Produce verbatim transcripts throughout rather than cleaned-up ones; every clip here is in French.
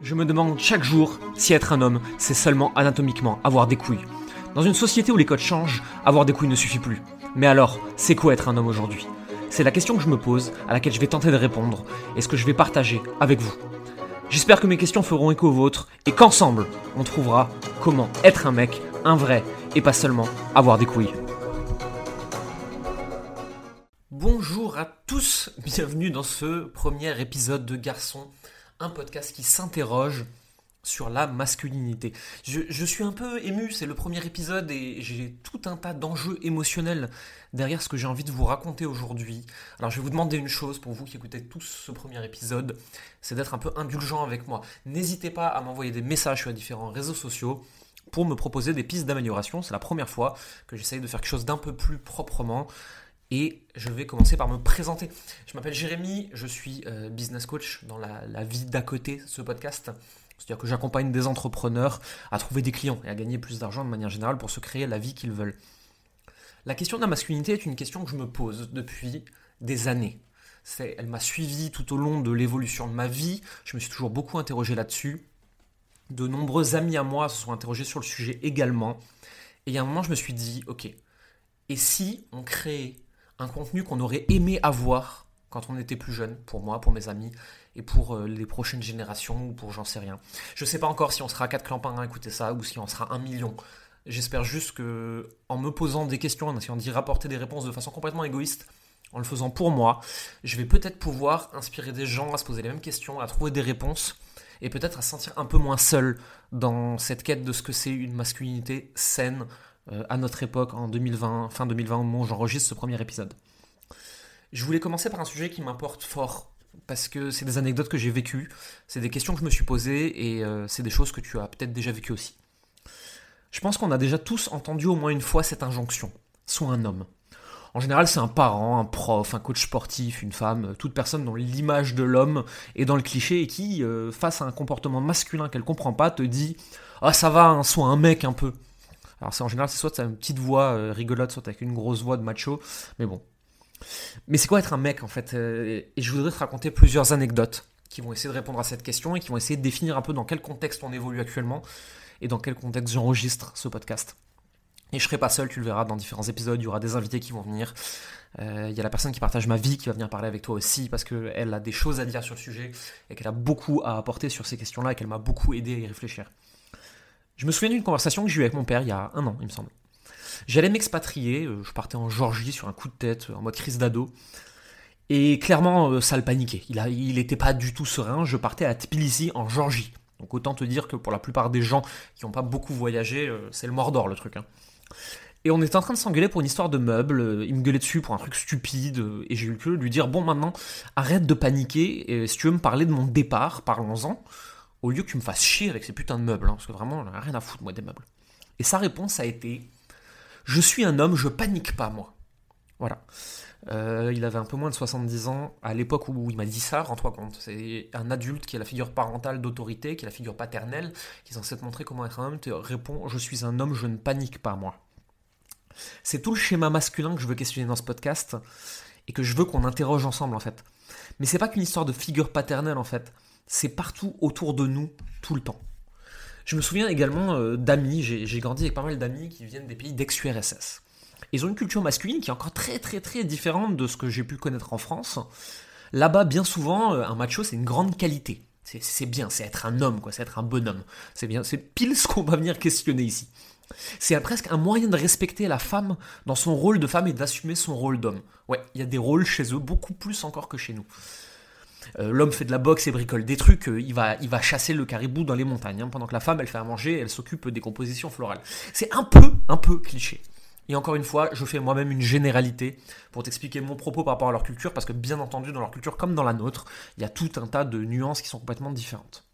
Je me demande chaque jour si être un homme, c'est seulement anatomiquement avoir des couilles. Dans une société où les codes changent, avoir des couilles ne suffit plus. Mais alors, c'est quoi être un homme aujourd'hui ? C'est la question que je me pose, à laquelle je vais tenter de répondre, et ce que je vais partager avec vous. J'espère que mes questions feront écho aux vôtres, et qu'ensemble, on trouvera comment être un mec, un vrai, et pas seulement avoir des couilles. Bonjour à tous, bienvenue dans ce premier épisode de Garçon, un podcast qui s'interroge sur la masculinité. Je, je suis un peu ému, c'est le premier épisode et j'ai tout un tas d'enjeux émotionnels derrière ce que j'ai envie de vous raconter aujourd'hui. Alors je vais vous demander une chose pour vous qui écoutez tous ce premier épisode, c'est d'être un peu indulgent avec moi. N'hésitez pas à m'envoyer des messages sur les différents réseaux sociaux pour me proposer des pistes d'amélioration. C'est la première fois que j'essaye de faire quelque chose d'un peu plus proprement. Et je vais commencer par me présenter. Je m'appelle Jérémy, je suis euh, business coach dans la, la vie d'à côté, ce podcast. C'est-à-dire que j'accompagne des entrepreneurs à trouver des clients et à gagner plus d'argent de manière générale pour se créer la vie qu'ils veulent. La question de la masculinité est une question que je me pose depuis des années. C'est, elle m'a suivi tout au long de l'évolution de ma vie. Je me suis toujours beaucoup interrogé là-dessus. De nombreux amis à moi se sont interrogés sur le sujet également. Et il y a un moment, je me suis dit, ok, et si on créait un contenu qu'on aurait aimé avoir quand on était plus jeune, pour moi, pour mes amis, et pour euh, les prochaines générations, ou pour j'en sais rien. Je ne sais pas encore si on sera quatre clampins à écouter ça, ou si on sera un million. J'espère juste que, en me posant des questions, en essayant d'y rapporter des réponses de façon complètement égoïste, en le faisant pour moi, je vais peut-être pouvoir inspirer des gens à se poser les mêmes questions, à trouver des réponses, et peut-être à se sentir un peu moins seul dans cette quête de ce que c'est une masculinité saine, Euh, à notre époque, en deux mille vingt, fin deux mille vingt, au moment où j'enregistre ce premier épisode. Je voulais commencer par un sujet qui m'importe fort, parce que c'est des anecdotes que j'ai vécues, c'est des questions que je me suis posées, et euh, c'est des choses que tu as peut-être déjà vécues aussi. Je pense qu'on a déjà tous entendu au moins une fois cette injonction, sois un homme. En général, c'est un parent, un prof, un coach sportif, une femme, toute personne dont l'image de l'homme est dans le cliché et qui, euh, face à un comportement masculin qu'elle comprend pas, te dit « Ah ça va, hein, sois un mec un peu ». Alors c'est en général, c'est soit tu as une petite voix euh, rigolote, soit avec une grosse voix de macho, mais bon. Mais c'est quoi être un mec en fait ? Et je voudrais te raconter plusieurs anecdotes qui vont essayer de répondre à cette question et qui vont essayer de définir un peu dans quel contexte on évolue actuellement et dans quel contexte j'enregistre ce podcast. Et je serai pas seul, tu le verras dans différents épisodes, il y aura des invités qui vont venir. Euh, il y a la personne qui partage ma vie qui va venir parler avec toi aussi parce qu'elle a des choses à dire sur le sujet et qu'elle a beaucoup à apporter sur ces questions-là et qu'elle m'a beaucoup aidé à y réfléchir. Je me souviens d'une conversation que j'ai eue avec mon père il y a un an, il me semble. J'allais m'expatrier, je partais en Géorgie sur un coup de tête, en mode crise d'ado. Et clairement, ça le paniquait. Il, a, il était pas du tout serein, je partais à Tbilissi, en Géorgie. Donc autant te dire que pour la plupart des gens qui n'ont pas beaucoup voyagé, c'est le Mordor le truc. Hein. Et on était en train de s'engueuler pour une histoire de meubles, il me gueulait dessus pour un truc stupide, et j'ai eu le cœur de lui dire « Bon maintenant, arrête de paniquer, et si tu veux me parler de mon départ, parlons-en. » Au lieu que tu me fasses chier avec ces putains de meubles, hein, parce que vraiment, j'en ai rien à foutre, moi, des meubles. Et sa réponse a été « Je suis un homme, je panique pas, moi. » Voilà. Euh, il avait un peu moins de soixante-dix ans à l'époque où il m'a dit ça, rends-toi compte. C'est un adulte qui est la figure parentale d'autorité, qui est la figure paternelle, qui est censé te montrer comment être un homme, te répond « Je suis un homme, je ne panique pas, moi. » C'est tout le schéma masculin que je veux questionner dans ce podcast, et que je veux qu'on interroge ensemble, en fait. Mais c'est pas qu'une histoire de figure paternelle, en fait. C'est partout autour de nous, tout le temps. Je me souviens également euh, d'amis, j'ai, j'ai grandi avec pas mal d'amis qui viennent des pays d'ex-U R S S. Ils ont une culture masculine qui est encore très très très différente de ce que j'ai pu connaître en France. Là-bas, bien souvent, euh, un macho, c'est une grande qualité. C'est, c'est bien, c'est être un homme, quoi, c'est être un bonhomme. C'est bien, c'est pile ce qu'on va venir questionner ici. C'est presque un moyen de respecter la femme dans son rôle de femme et d'assumer son rôle d'homme. Ouais, il y a des rôles chez eux, beaucoup plus encore que chez nous. Euh, l'homme fait de la boxe et bricole des trucs, euh, il, va, il va chasser le caribou dans les montagnes, hein, pendant que la femme, elle fait à manger, elle s'occupe des compositions florales. C'est un peu, un peu cliché. Et encore une fois, je fais moi-même une généralité pour t'expliquer mon propos par rapport à leur culture, parce que bien entendu, dans leur culture comme dans la nôtre, il y a tout un tas de nuances qui sont complètement différentes.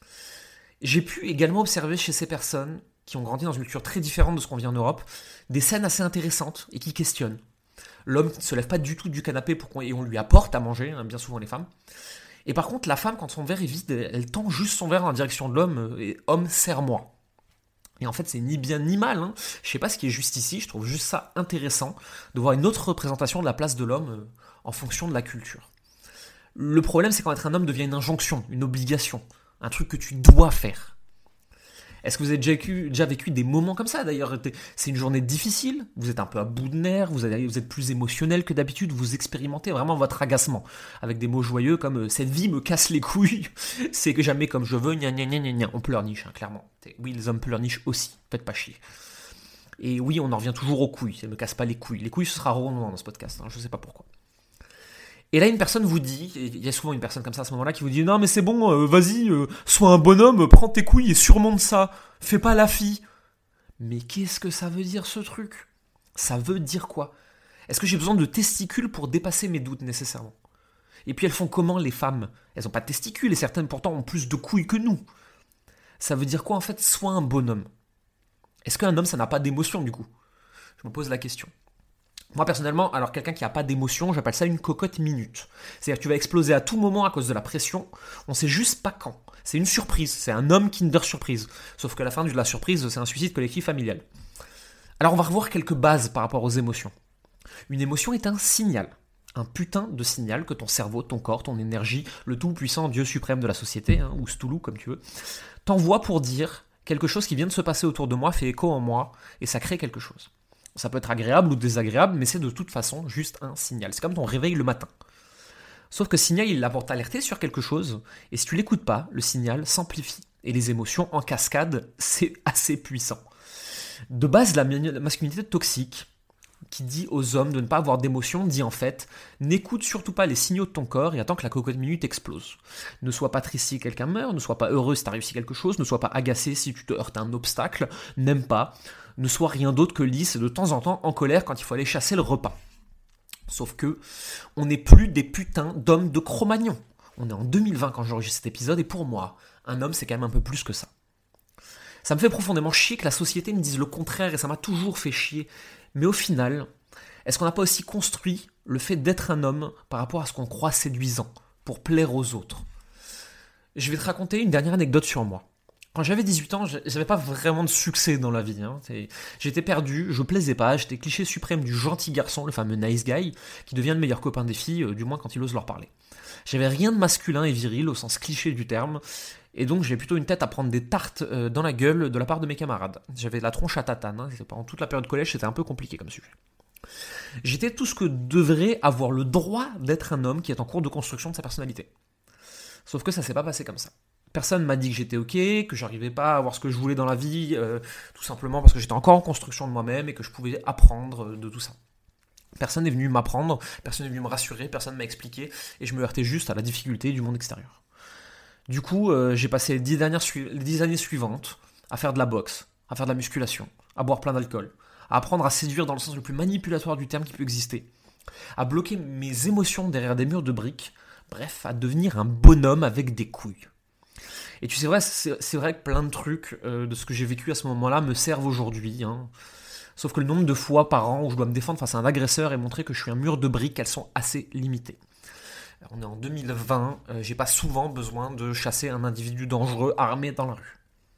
J'ai pu également observer chez ces personnes qui ont grandi dans une culture très différente de ce qu'on vit en Europe, des scènes assez intéressantes et qui questionnent. L'homme qui ne se lève pas du tout du canapé pour qu'on, et on lui apporte à manger, hein, bien souvent les femmes. Et par contre, la femme, quand son verre est vide, elle, elle tend juste son verre dans la direction de l'homme, et « homme, serre-moi ». Et en fait, c'est ni bien ni mal. Hein. Je sais pas ce qui est juste ici, je trouve juste ça intéressant de voir une autre représentation de la place de l'homme euh, en fonction de la culture. Le problème, c'est quand être un homme devient une injonction, une obligation. un truc que tu dois faire. Est-ce que vous avez déjà vécu, déjà vécu des moments comme ça d'ailleurs? C'est une journée difficile, vous êtes un peu à bout de nerfs, vous, avez, vous êtes plus émotionnel que d'habitude, vous expérimentez vraiment votre agacement avec des mots joyeux comme euh, cette vie me casse les couilles, c'est que jamais comme je veux, gna gna gna gna gna. On pleurniche, hein, clairement. Oui, les hommes pleurnichent aussi, faites pas chier. Et oui, on en revient toujours aux couilles, ça ne me casse pas les couilles. Les couilles, ce sera redondant dans ce podcast, hein, je ne sais pas pourquoi. Et là, une personne vous dit, et il y a souvent une personne comme ça à ce moment-là qui vous dit « Non mais c'est bon, euh, vas-y, euh, sois un bonhomme, prends tes couilles et surmonte ça, fais pas la fille. » Mais qu'est-ce que ça veut dire ce truc? Ça veut dire quoi? Est-ce que j'ai besoin de testicules pour dépasser mes doutes nécessairement? Et puis elles font comment les femmes? Elles n'ont pas de testicules et certaines pourtant ont plus de couilles que nous. Ça veut dire quoi en fait? Sois un bonhomme. Est-ce qu'un homme ça n'a pas d'émotion du coup? Je me pose la question. Moi personnellement, alors quelqu'un qui n'a pas d'émotion, j'appelle ça une cocotte minute. C'est-à-dire que tu vas exploser à tout moment à cause de la pression, on sait juste pas quand. C'est une surprise, c'est un homme Kinder surprise. Sauf que la fin de la surprise, c'est un suicide collectif familial. Alors on va revoir quelques bases par rapport aux émotions. Une émotion est un signal. Un putain de signal que ton cerveau, ton corps, ton énergie, le tout-puissant Dieu suprême de la société, hein, ou Stulu comme tu veux, t'envoie pour dire quelque chose qui vient de se passer autour de moi fait écho en moi, et ça crée quelque chose. Ça peut être agréable ou désagréable, mais c'est de toute façon juste un signal. C'est comme ton réveil le matin. Sauf que ce signal, il est là pour t'alerter sur quelque chose, et si tu l'écoutes pas, le signal s'amplifie. Et les émotions en cascade, c'est assez puissant. De base, la masculinité toxique, qui dit aux hommes de ne pas avoir d'émotions, dit en fait « N'écoute surtout pas les signaux de ton corps et attends que la cocotte minute explose. Ne sois pas triste si quelqu'un meurt, ne sois pas heureux si t'as réussi quelque chose, ne sois pas agacé si tu te heurtes à un obstacle, n'aime pas, ne sois rien d'autre que lisse et de temps en temps en colère quand il faut aller chasser le repas. » Sauf que on n'est plus des putains d'hommes de Cro-Magnon. On est en deux mille vingt quand j'enregistre cet épisode et pour moi, un homme c'est quand même un peu plus que ça. Ça me fait profondément chier que la société me dise le contraire et ça m'a toujours fait chier. Mais au final, est-ce qu'on n'a pas aussi construit le fait d'être un homme par rapport à ce qu'on croit séduisant, pour plaire aux autres? Je vais te raconter une dernière anecdote sur moi. Quand j'avais dix-huit ans, j'avais pas vraiment de succès dans la vie. Hein. J'étais perdu, je plaisais pas, j'étais cliché suprême du gentil garçon, le fameux nice guy, qui devient le meilleur copain des filles, euh, du moins quand il ose leur parler. J'avais rien de masculin et viril au sens cliché du terme, et donc j'avais plutôt une tête à prendre des tartes euh, dans la gueule de la part de mes camarades. J'avais la tronche à tatane, hein. Pendant toute la période de collège, c'était un peu compliqué comme sujet. J'étais tout ce que devrait avoir le droit d'être un homme qui est en cours de construction de sa personnalité. Sauf que ça s'est pas passé comme ça. Personne m'a dit que j'étais ok, que j'arrivais pas à avoir ce que je voulais dans la vie, euh, tout simplement parce que j'étais encore en construction de moi-même et que je pouvais apprendre de tout ça. Personne n'est venu m'apprendre, personne n'est venu me rassurer, personne m'a expliqué, et je me heurtais juste à la difficulté du monde extérieur. Du coup, euh, j'ai passé les dix, dernières su- les dix années suivantes à faire de la boxe, à faire de la musculation, à boire plein d'alcool, à apprendre à séduire dans le sens le plus manipulatoire du terme qui peut exister, à bloquer mes émotions derrière des murs de briques, bref, à devenir un bonhomme avec des couilles. Et tu sais, vrai, c'est, c'est vrai que plein de trucs euh, de ce que j'ai vécu à ce moment-là me servent aujourd'hui. Hein. Sauf que le nombre de fois par an où je dois me défendre face à un agresseur et montrer que je suis un mur de briques, elles sont assez limitées. On est en deux mille vingt, euh, j'ai pas souvent besoin de chasser un individu dangereux armé dans la rue.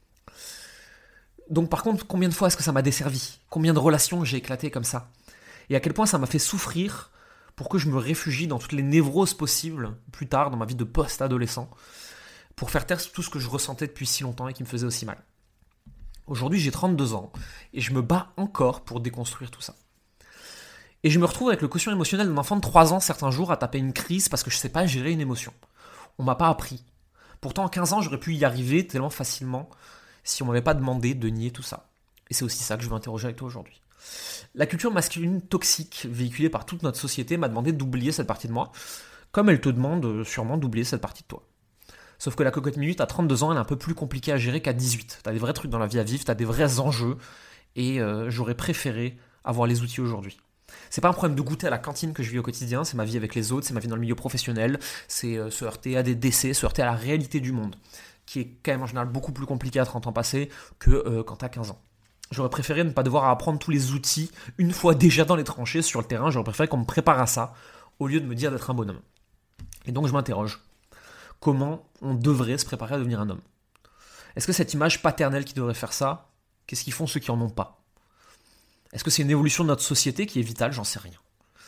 Donc par contre, combien de fois est-ce que ça m'a desservi? Combien de relations j'ai éclaté comme ça? Et à quel point ça m'a fait souffrir pour que je me réfugie dans toutes les névroses possibles plus tard dans ma vie de post-adolescent, pour faire taire tout ce que je ressentais depuis si longtemps et qui me faisait aussi mal. Aujourd'hui, j'ai trente-deux ans et je me bats encore pour déconstruire tout ça. Et je me retrouve avec le quotient émotionnel d'un enfant de trois ans certains jours à taper une crise parce que je sais pas gérer une émotion. On m'a pas appris. Pourtant, à quinze ans, j'aurais pu y arriver tellement facilement si on m'avait pas demandé de nier tout ça. Et c'est aussi ça que je veux interroger avec toi aujourd'hui. La culture masculine toxique véhiculée par toute notre société m'a demandé d'oublier cette partie de moi, comme elle te demande sûrement d'oublier cette partie de toi. Sauf que la cocotte minute à trente-deux ans, elle est un peu plus compliquée à gérer qu'à dix-huit. T'as des vrais trucs dans la vie à vivre, t'as des vrais enjeux, et euh, j'aurais préféré avoir les outils aujourd'hui. C'est pas un problème de goûter à la cantine que je vis au quotidien, c'est ma vie avec les autres, c'est ma vie dans le milieu professionnel, c'est euh, se heurter à des décès, se heurter à la réalité du monde, qui est quand même en général beaucoup plus compliqué à trente ans passés que euh, quand t'as quinze ans. J'aurais préféré ne pas devoir apprendre tous les outils une fois déjà dans les tranchées sur le terrain, j'aurais préféré qu'on me prépare à ça, au lieu de me dire d'être un bonhomme. Et donc je m'interroge. Comment on devrait se préparer à devenir un homme? Est-ce que cette image paternelle qui devrait faire ça, qu'est-ce qu'ils font ceux qui en ont pas? Est-ce que c'est une évolution de notre société qui est vitale? J'en sais rien.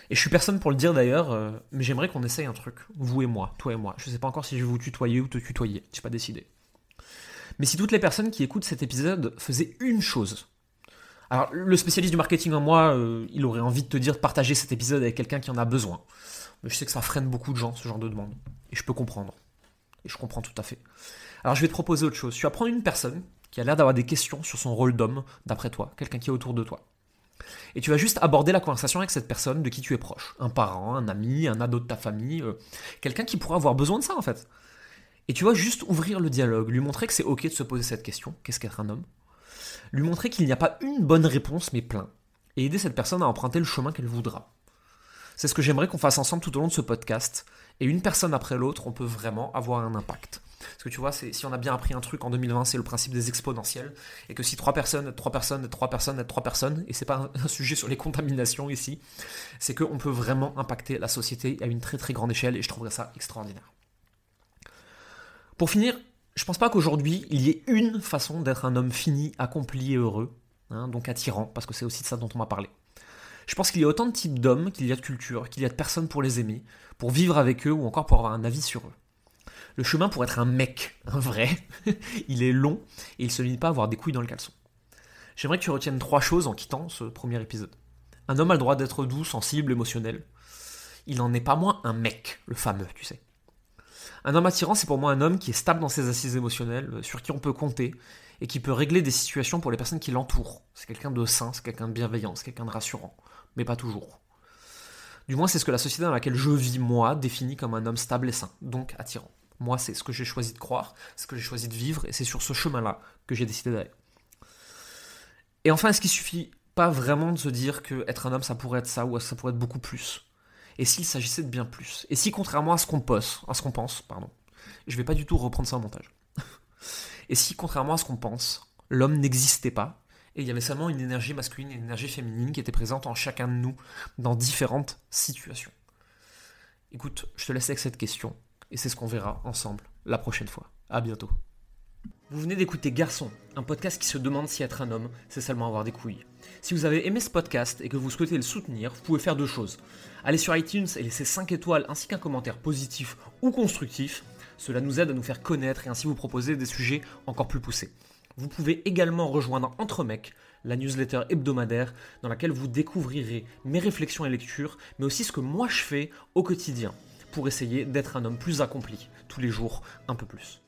Et je suis personne pour le dire d'ailleurs, euh, mais j'aimerais qu'on essaye un truc, vous et moi, toi et moi. Je sais pas encore si je vais vous tutoyer ou te tutoyer, j'ai pas décidé. Mais si toutes les personnes qui écoutent cet épisode faisaient une chose. Alors, le spécialiste du marketing en moi, euh, il aurait envie de te dire de partager cet épisode avec quelqu'un qui en a besoin. Mais je sais que ça freine beaucoup de gens, ce genre de demande. Et je peux comprendre. Et je comprends tout à fait. Alors, je vais te proposer autre chose. Tu vas prendre une personne qui a l'air d'avoir des questions sur son rôle d'homme, d'après toi, quelqu'un qui est autour de toi. Et tu vas juste aborder la conversation avec cette personne de qui tu es proche. Un parent, un ami, un ado de ta famille, euh, quelqu'un qui pourrait avoir besoin de ça en fait. Et tu vas juste ouvrir le dialogue, lui montrer que c'est ok de se poser cette question, qu'est-ce qu'être un homme ? Lui montrer qu'il n'y a pas une bonne réponse mais plein. Et aider cette personne à emprunter le chemin qu'elle voudra. C'est ce que j'aimerais qu'on fasse ensemble tout au long de ce podcast. Et une personne après l'autre, on peut vraiment avoir un impact. Parce que tu vois, c'est, si on a bien appris un truc en deux mille vingt, c'est le principe des exponentiels. Et que si trois personnes, trois personnes, trois personnes, trois personnes, et c'est pas un, un sujet sur les contaminations ici, c'est qu'on peut vraiment impacter la société à une très très grande échelle, et je trouverais ça extraordinaire. Pour finir, je pense pas qu'aujourd'hui, il y ait une façon d'être un homme fini, accompli et heureux, hein, donc attirant, parce que c'est aussi de ça dont on m'a parlé. Je pense qu'il y a autant de types d'hommes qu'il y a de cultures, qu'il y a de personnes pour les aimer, pour vivre avec eux ou encore pour avoir un avis sur eux. Le chemin pour être un mec, un vrai, il est long et il se limite pas à avoir des couilles dans le caleçon. J'aimerais que tu retiennes trois choses en quittant ce premier épisode. Un homme a le droit d'être doux, sensible, émotionnel. Il n'en est pas moins un mec, le fameux, tu sais. Un homme attirant, c'est pour moi un homme qui est stable dans ses assises émotionnelles, sur qui on peut compter, et qui peut régler des situations pour les personnes qui l'entourent. C'est quelqu'un de sain, c'est quelqu'un de bienveillant, c'est quelqu'un de rassurant. Mais pas toujours. Du moins, c'est ce que la société dans laquelle je vis, moi, définit comme un homme stable et sain, donc attirant. Moi, c'est ce que j'ai choisi de croire, c'est ce que j'ai choisi de vivre, et c'est sur ce chemin-là que j'ai décidé d'aller. Et enfin, est-ce qu'il suffit pas vraiment de se dire qu'être un homme, ça pourrait être ça, ou ça pourrait être beaucoup plus ? Et s'il s'agissait de bien plus ? Et si, contrairement à ce qu'on pense, à ce qu'on pense, pardon, je vais pas du tout reprendre ça en montage. Et si, contrairement à ce qu'on pense, l'homme n'existait pas, et il y avait seulement une énergie masculine et une énergie féminine qui étaient présentes en chacun de nous, dans différentes situations. Écoute, je te laisse avec cette question, et c'est ce qu'on verra ensemble la prochaine fois. À bientôt. Vous venez d'écouter Garçon, un podcast qui se demande si être un homme, c'est seulement avoir des couilles. Si vous avez aimé ce podcast et que vous souhaitez le soutenir, vous pouvez faire deux choses. Allez sur iTunes et laisser cinq étoiles ainsi qu'un commentaire positif ou constructif. Cela nous aide à nous faire connaître et ainsi vous proposer des sujets encore plus poussés. Vous pouvez également rejoindre Entre Mecs, la newsletter hebdomadaire dans laquelle vous découvrirez mes réflexions et lectures, mais aussi ce que moi je fais au quotidien pour essayer d'être un homme plus accompli, tous les jours un peu plus.